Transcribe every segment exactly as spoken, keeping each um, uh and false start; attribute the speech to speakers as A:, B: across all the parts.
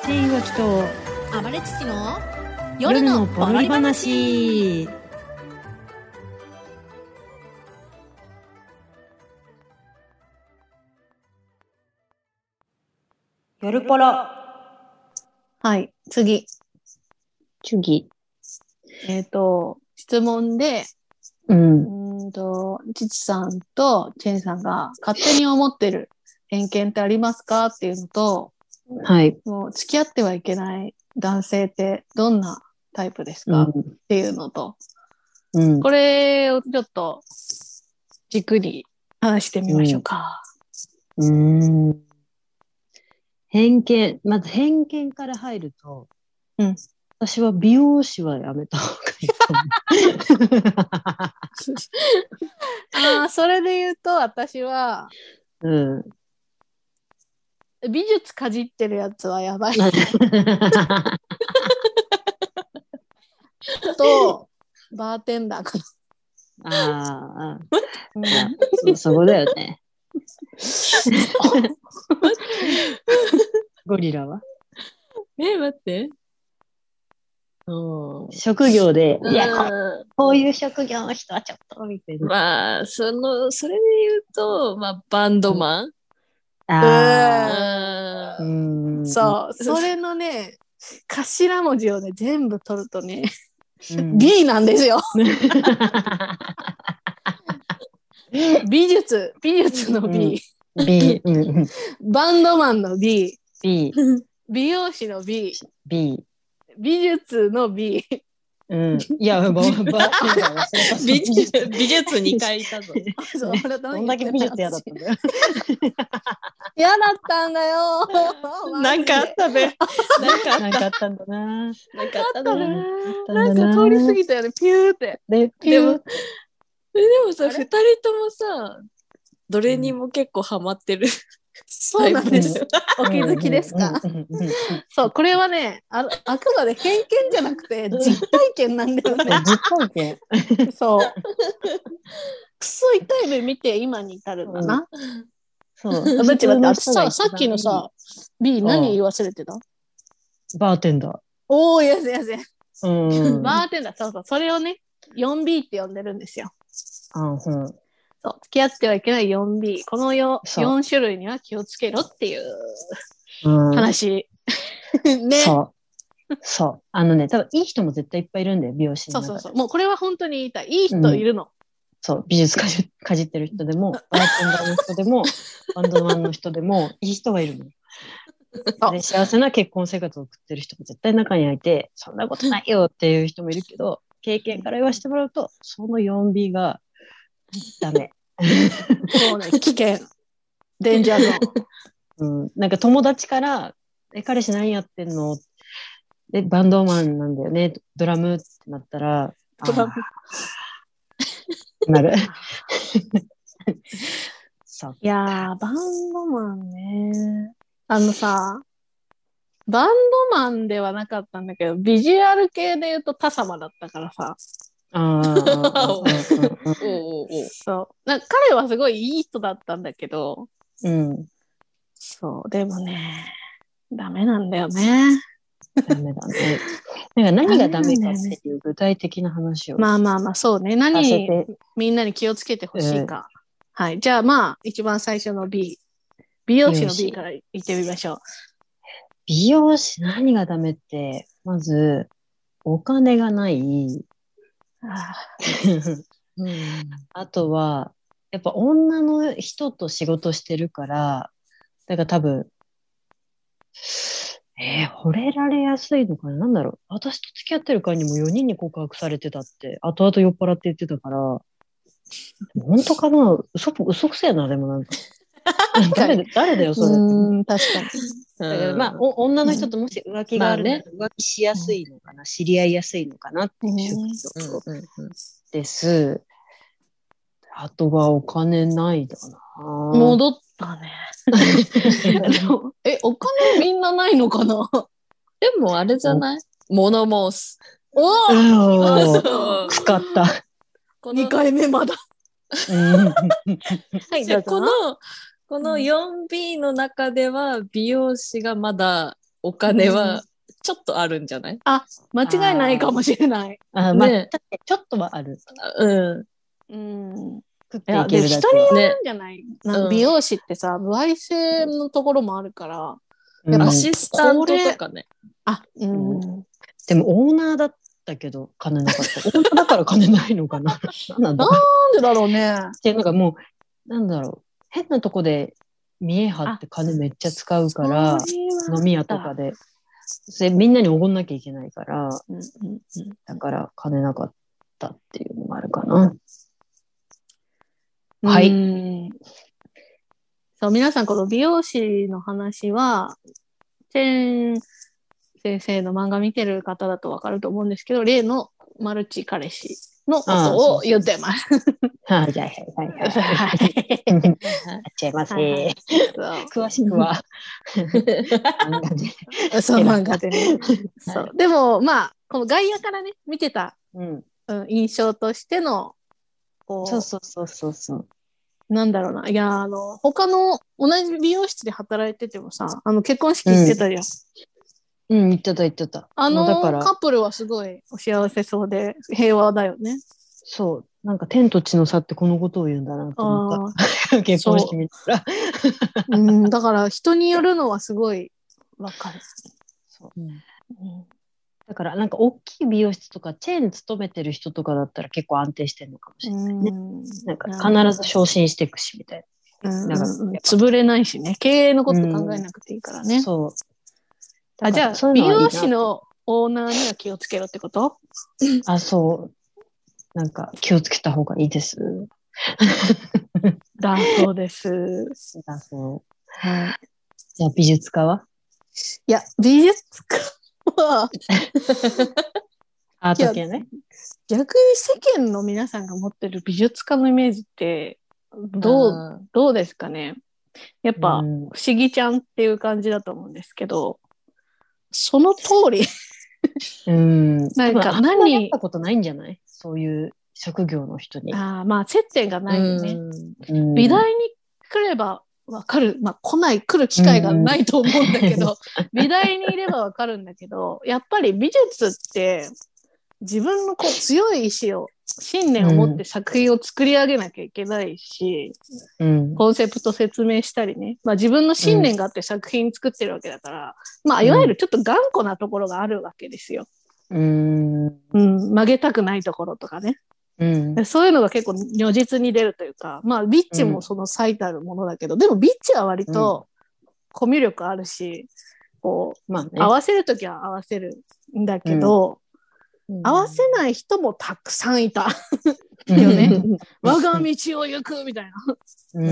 A: 瀬いわきと
B: 暴れ父の
A: 夜
B: 夜の
A: のポロリ
B: ポロリ
A: 話。
B: 話。
A: 夜ポロ。
C: はい、次。
A: 次。
C: えっ、と、質問で、
A: う。
C: うんーんと、ちちさんとチェンさんが勝手に思ってる偏見ってありますかっていうのと、
A: はい。
C: もう付き合ってはいけない男性ってどんなタイプです
A: う
C: か、っ
A: ん。
C: ていうのと、
A: うん。
C: これをちょっと軸に話してみましょうか。
A: うーん。偏見。まず偏見から入ると、
C: うん。
A: 私は美容師はやめた方がいいと思
C: ああ、それで言うと私は、
A: う。うん。
C: 美術かじってるやつはやばいと、バーテンダーかな。
A: ああ、
C: うん
A: いや、そ、そこだよね。ゴリラは
B: え、待って。
A: 職業で、いや、こ
B: う
A: こういう職業の人はちょっと、みたい
B: ん、
A: な。
B: まあ、その、それで言うと、まあ、バンドマン。
A: ああ、う
B: うん
A: ん。
C: そう、それのね、頭文字をね、全部取るとね、
A: うん。
C: B なんですよ。美術、美術の B、
A: B、うん、
C: バンドマンの B、
A: B、
C: 美容師の B、
A: B、
C: 美術の B。
A: うん。いや、ば、ば、忘れた、
B: 美術美術に書いたぞ。
C: そう、あれ
A: どんだけ美術嫌だったんだよ。
C: 嫌だったんだよ。
B: なんかあったべ。なんかあ
A: なんかあったんだな。
B: なんかあった
C: た
B: な。
C: ね。
A: あ
C: なんか通り過ぎたよね、ピューって。
A: で、ピ
B: でも
A: ュー。
B: でもさ、
C: あれ
B: 二人ともさ、どれにも結構ハマってる。
C: そうなんです。
A: うん
C: お気づきですか？
A: うんうんうんうん
C: そう、これはね、あ、あくまで偏見じゃなくて、実体験なんだよね。
A: 実体験。
C: そう。クソ痛い目見て今に至るんだな。
A: そう。
C: あ、待って待って、私さ、
A: 普通の人が一
C: さっきの
A: 番
C: さ、B 何言い忘れてた？
A: バーテンダ
C: おー、やせやせ。
A: ー。うん。
C: バーテンダー、そうそう、それをね、よんビー って呼んでるんですよ。
A: あ、うん。
C: そう、付き合ってはいけない よんビー。この よ,
A: そう
C: よん種類には気をつけろっていう
A: うん。
C: 話。ね。
A: そう。そう。あのね、多分いい人も絶対いっぱいいるんだよ、美容師の中で。
C: そうそうそう。もうこれは本当に言いたい。いい人いるの。
A: そう、美術かじ、かじってる人でも、バーテンダーの人でも、バンドマンの人でも、いい人がいるの。
C: そう
A: で、幸せな結婚生活を送ってる人も絶対中にはいて、そんなことないよっていう人もいるけど、経験から言わせてもらうと、その よんビー がダメ。
C: もうね、危険。デンジャーゾーン。
A: うん、なんか友達から「え、彼氏何やってんの？」で、バンドマンなんだよね、ドラムってなったら、
C: ドラム
A: あーなる。そう。
C: いやー、バンドマンね。あのさ、バンドマンではなかったんだけど、ビジュアル系で言うとタサマだったからさ。
A: あー
B: おうおうおう。
C: そう。なんか彼はすごいいい人だったんだけど、
A: うんうん
C: そう、でもね、ダメなんだよね。
A: ダメだね。なんか何がダメかっていう具体的な話を
C: まあまあまあ、そうね。
A: させ
C: 何
A: て、
C: みんなに気をつけてほしいか。はい。じゃあまあ、一番最初の B。美容師の B から言ってみましょう。
A: 美容師何がダメって、まず、お金がない。
C: あ
A: うん、あとは、やっぱ女の人と仕事してるから、だから多分、えー、惚れられやすいのかな、なんだろう。私と付き合ってる間にもよにんに告白されてたって、後々酔っ払って言ってたから、本当かな、嘘、嘘くせえな、でもなんか。誰、誰だよ、それ。
C: うん、確かに。
A: だからまあ、お女の人ともし浮気があるなら、浮気しやすいのかな、知り合いやすいのかなっていう職業です。あとはお金ないだな。
C: 戻ったね。え、お金みんなないのかな？
B: でもあれじゃない？物申す。
C: お
A: おー使った。
C: にかいめまだ。はい、どうぞ。
B: このこの よんビー の中では美容師がまだお金はちょっとあるんじゃない？
C: 間違いないかもしれない。
A: あ、まあ、
B: ね
A: 確かにちょっとはある。
B: うん。
C: うん。
A: 食ってい
C: いや、で、
A: けるだけは。
C: 人によ
B: ね
C: るんじゃない、なんか
B: うん
C: 美容師ってさ、歩合制のところもあるから、
A: うん
C: やっぱ
B: アシスタントとかね。
C: あ、うん。
A: でもオーナーだったけど金なかった。オーナーだから金ないのかな。なんなんだろう。
C: なんでだろうね。
A: っていうのがもう、なんだろう。変なとこで見え張って金めっちゃ使うから、飲み屋とかで。それみんなにおごんなきゃいけないから、
C: うんうんうん、
A: だから金なかったっていうのもあるかな。
C: は。
A: はいい。
C: そう、皆さんこの美容師の話は、チェーン先生の漫画見てる方だとわかると思うんですけど、例のマルチ彼氏のことを言ってます。
A: はいはいはいはい。
C: はい
A: やっちゃいませ。
C: はいはい
A: 詳しくは漫画で。
C: そう、漫画でね。そう。でも、まあ、この外野からね、見てた、
A: うん。
C: うん、印象としての、こう、
A: そうそうそうそうそう。
C: なんだろうな。いや、あの、他の同じ美容室で働いててもさ、あの、結婚式行ってたじゃん。
A: うん、言ってた言ってた。
C: あの
A: もうだから
C: カップルはすごいお幸せそうで平和だよね。
A: そう。なんか天と地の差ってこのことを言うんだなと思っ
C: あ
A: た。結婚式見たら。
C: うん、だから人によるのはすごいわかる。
A: そう
C: うん、
A: だからなんか大きい美容室とかチェーン勤めてる人とかだったら結構安定してるのかもしれないね。
C: うん、
A: なんか必ず昇進していくしみたい
C: うん
A: な。
C: うんうん、潰れないしね。経営のこと考えなくていいからね。
A: そう。
C: あ、じゃあ
A: そういう
C: 美
A: のはいいな。
C: 容師のオーナーには気をつけろってこと？
A: あ、そう。なんか気をつけた方がいいです。
C: だそうです。
A: だそう。
C: はい。
A: じゃあ美術家はい
C: や、美術家は
A: アート系ね。
C: 逆に世間の皆さんが持ってる美術家のイメージってどう、どうですかね。やっぱ、
A: うん
C: 不思議ちゃんっていう感じだと思うんですけど、その通り
A: うん。
C: なんか
A: 多分あんまり会っ
C: 何
A: たことないんじゃない？そういう職業の人に。
C: あまあ接点がないよね。
A: うん
C: 美大に来ればわかる。まあ来ない、来る機会がないと思うんだけど、美大にいればわかるんだけど、やっぱり美術って自分のこう強い意志を、信念を持って作品を作り上げなきゃいけないし、
A: うん、
C: コンセプト説明したりね、まあ、自分の信念があって作品作ってるわけだから、まあ、いわゆるちょっと頑固なところがあるわけですよ。
A: うん、
C: うん、曲げたくないところとかね。
A: うん、
C: そういうのが結構如実に出るというか、まあ、ビッチもその最たるものだけど、でもビッチは割とコミュ力あるし、こう、
A: まあね、
C: 合わせるときは合わせるんだけど、うん、合わせない人もたくさんいたよね。我が道を行くみたいな。
A: うん、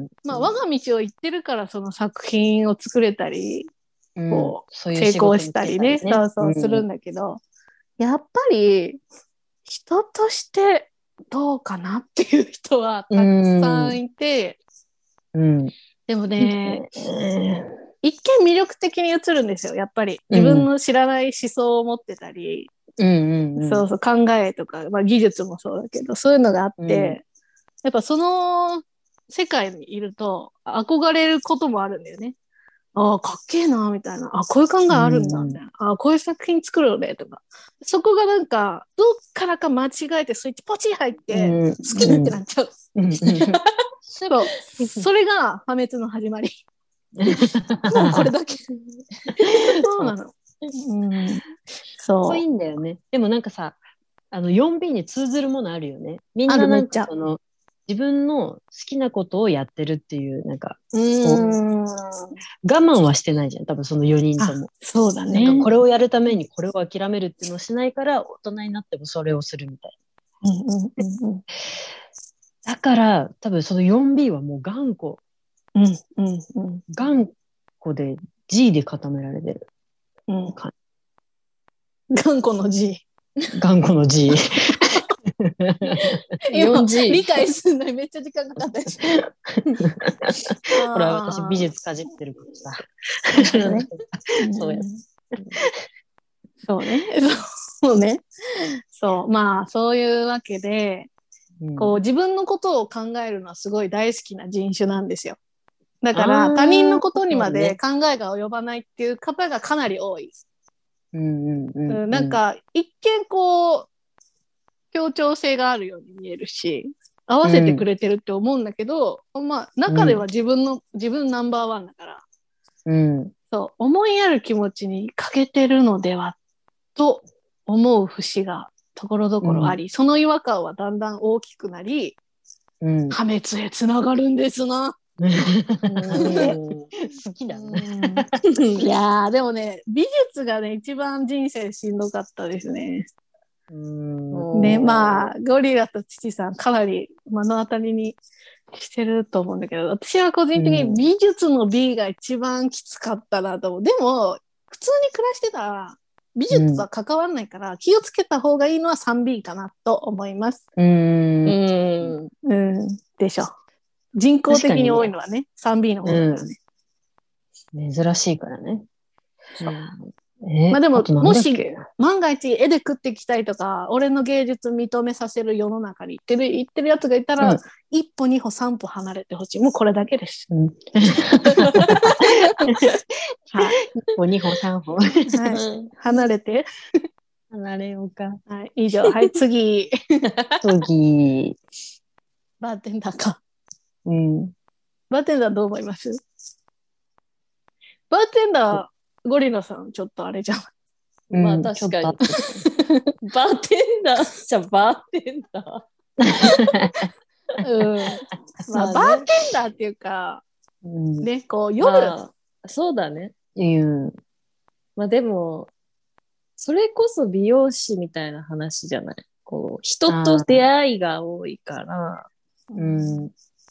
C: まあ、我が道を行ってるからその作品を作れたり、
A: うん、
C: こう
A: そういう
C: 成功したりね、
A: ね
C: そうそうするんだけど、うん、やっぱり人としてどうかなっていう人はたくさんいて、
A: うん、
C: でもね、うん一見魅力的に映るんですよ。やっぱり自分の知らない思想を持ってたり、
A: うんうんうん、
C: そうそう考えとか、まあ、技術もそうだけどそういうのがあって、うん、やっぱその世界にいると憧れることもあるんだよね。ああかっけえなみたいな、あこういう考えあるんだみたいな、うん、あこういう作品作るよねとか、そこがなんかどっからか間違えてスイッチポチ入って好きってなっちゃう。うんうん、そうそれが破滅の始まり。もうこれだけ。そうなの。うん、そう。
A: いいんだよね。でもなんかさ、あの よんビー に通ずるものあるよね。みんななんかその自分の好きなことをやってるっていうなんかう
C: うん
A: 我慢はしてないじゃん。多分そのよにんとも。
C: そうだね。
A: なんかこれをやるためにこれを諦めるっていうのをしないから大人になってもそれをするみたいな。うんうんうんうん、だから多分その よんビー はもう頑固。
C: うんうんうん、
A: 頑固で G で固められてる。
C: うん、頑固の G。
A: 頑固の G。
C: よんジー 理解するのにめっちゃ時間かかったでしょ。
A: ほら私美術かじってるからさ。そうや。
C: そうね。そうね。そう。まあそういうわけで、うん、こう自分のことを考えるのはすごい大好きな人種なんですよ。 だから
A: あー
C: 他人のことにま
A: そうね
C: で考えが及ばないっていう方がかなり多い。
A: うんうんうん
C: うん、なんか一見こう協調性があるように見えるし合わせてくれてるって思うんだけど、まあ中では自分の、自分ナンバーワンだから
A: うん
C: そう思いやる気持ちに欠けてるのではと思う節がところどころあり、その違和感はだんだん大きくなり
A: うん
C: 破滅へつながるんですな。
B: うん
A: 好きだね。
C: いやーでもね美術がね一番人生しんどかったですね。
A: うん
C: ねまあゴリラと父さんかなり目の当たりにしてると思うんだけど、私は個人的に美術の B が一番きつかったなと思う。でも普通に暮らしてたら美術とは関わらないから気をつけた方がいいのは スリービー かなと思います。
A: う
B: うんん
C: うんでしょ。人口的に多いのはね スリービー の方だからね。
A: 珍しいからね。
C: そう
A: え
C: まあでも
A: あとなんだっけ
C: 万が一絵で食っていきたいとか俺の芸術認めさせる世の中に行ってる言ってるやつがいたら、
A: うん
C: 一歩二歩三歩離れてほしい。もうこれだけです。
A: うん
C: はい、
A: 一歩二歩三歩
C: はい、離れて。
A: 離れようか。
C: はい以上。はい次
A: 次、
C: バーテンダーか。
A: うん、
C: バーテンダーどう思います？バーテンダーゴリラさんちょっとあれじゃん。
A: うん
B: まあ確かに
A: ちょっと
B: バーテンダーじゃバーテンダ
C: うんまあ、
B: まあね
C: バーテンダーっていうか
A: うん
C: ねこう
B: ー。
C: 夜、
B: まあそうだね。
A: うん
B: まあでも、それこそ美容師みたいな話じゃない。こう、人と出会いが多いから、
A: うん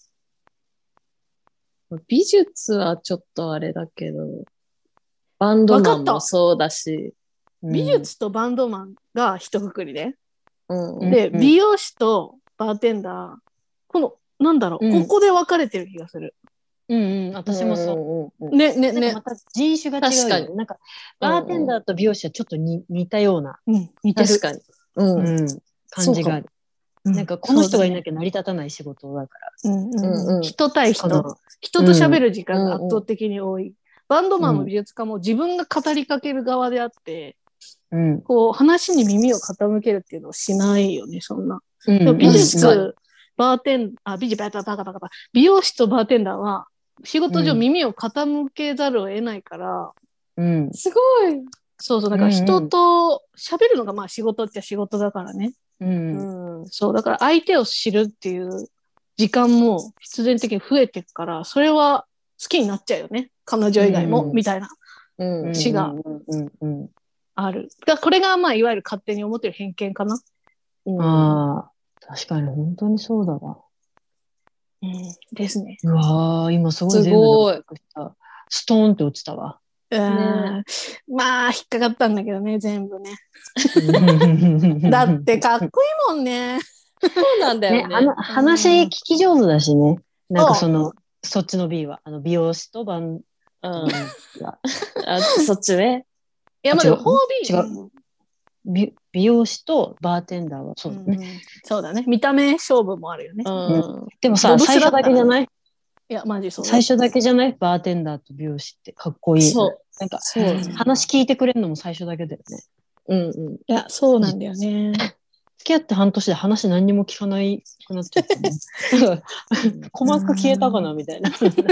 B: 美術はちょっとあれだけど、バンドマンもそうだし、
C: 美術とバンドマンが一括りで、
B: うん
A: うん
C: で美容師とバーテンダーこのなんだろう、
A: うん
C: ここで分かれてる気がする。
A: うんうん、私もそう。
B: うんうん
C: ねねね
A: なんかまた人種が違うよね。
B: 確かに
A: なんかバーテンダーと美容師はちょっとに似たような、
C: うん似てる。
B: 確かに。うん
A: うん感じがある。
C: うん
A: なんかこの人がいな
C: そう
A: きゃ成り立たない仕事だか
C: だねうんうん
B: うんうん
C: 人対
A: ら。
C: 人人と喋る時間が
B: うん
C: 圧倒的に多い。バンドマンも美術家も自分が語りかける側であって、
A: うん
C: こう話に耳を傾けるっていうのをしないよね、そんな。
A: うん
C: でも美術、
B: 確
C: バーテン、あ、美術、バカバカバカバカ美容師とバーテンダーは仕事上
A: うん
C: 耳を傾けざるを得ないから、
A: うん
B: すごい。
C: そうそう、だから人と喋るのがまあ仕事っちゃ仕事だからね。
A: うん
B: うん。
C: そう、だから相手を知るっていう時間も必然的に増えていくから、それは好きになっちゃうよね。彼女以外も、
A: うん
C: みたいな、
B: うん。
C: 死が
A: うんうん
C: ある。だからこれがまあ、いわゆる勝手に思ってる偏見かな。
A: うんああ確かに本当にそうだわ。
C: うん、ですね。
A: うわー今すごい
B: す
A: 全部
B: ごい
A: 納得したストーンって落ちたわ。
C: うんまあ、引っかかったんだけどね、全部ね。だってかっこいいもんね。
B: そうなんだ
A: ね
B: よね。
A: あの話聞き上手だしね。なんかそのそっちの B はあの美容師とバン
B: うん。
A: が
B: あ、そっちね。
C: いや、まあ、
A: 違う
C: でも、ホービー。
A: 違う美美容師とバーテンダーはそうだね。
C: うんうんそうだね。見た目勝負もあるよね。
B: うん。
A: でもさ
C: ボブス
A: 最初
C: だったら
A: だけじゃない
C: いや、マジそう。
A: 最初だけじゃないバーテンダーと美容師ってかっこいい。
B: そう。
A: なんか
B: そう。
C: うん
A: 話聞いてくれるのも最初だけだよね。
B: うんうん。
C: いや、そうなんだよね。
A: 付き合って半年で話何にも聞かないくなっちゃったね。鼓膜消えたかなみたいな。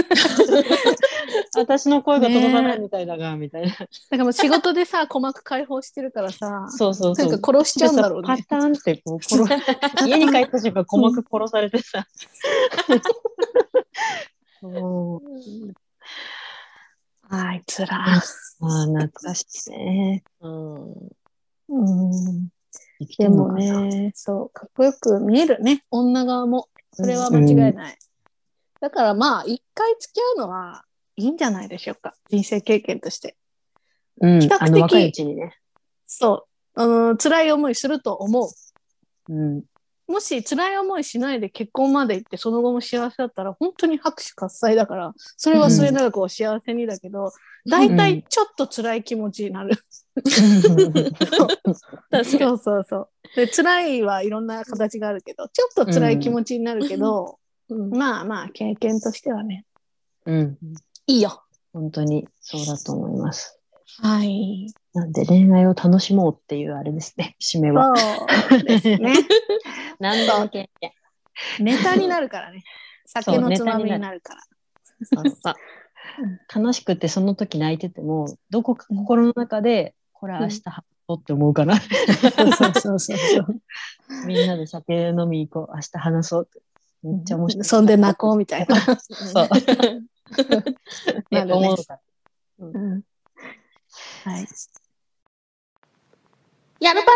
A: 私の声が届かないみたいだが、みたいな。
C: だからもう仕事でさ、鼓膜解放してるからさ、
A: そうそうそう。
C: なんか殺しちゃうんだろうね。
A: パターンってこう殺家に帰った瞬間鼓膜殺されてさ。そう
C: あいつら。
A: ああ、懐かしいね。
B: うん。
C: うん
A: 生きて
C: でも
A: んのかな。
C: ね、そう、かっこよく見えるね、女側も。それは間違いない。だからまあ、一回付き合うのはいいんじゃないでしょうか。人生経験として。
A: うん
C: 比較的
A: あの若いうちにね。
C: そう。あの辛い思いすると思う。
A: うん。
C: もし辛い思いしないで結婚まで行ってその後も幸せだったら本当に拍手喝采だからそれはそれならこう幸せにだけど、大体ちょっと辛い気持ちになる。そうそうそう。で辛いはいろんな形があるけどちょっと辛い気持ちになるけど、
B: うん
C: まあまあ経験としてはね
A: うん。
C: いいよ。
A: 本当にそうだと思います。
C: はい。
A: なんで恋愛を楽しもうっていうあれですね、締めは。
C: そうですね。
A: 何でも経験。
C: ネタになるからね。酒のつまみになるから。
A: そうそう楽しくてその時泣いてても、どこか心の中で、これ明日話そうって思うかな。
C: そうそうそうそう。
A: みんなで酒飲み行こう、明日話そうって。めっちゃ面白い。
C: そんで泣こうみたいな。
A: そう。って思うから。
C: うん、はい。やるパ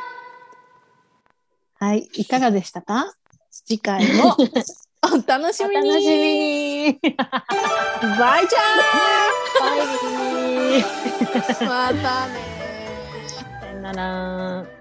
C: ラ。はい、いかがでしたか？次回もお楽しみに。お楽しみに。バイちゃー。
A: バイビー。
C: またね。
A: さよなら。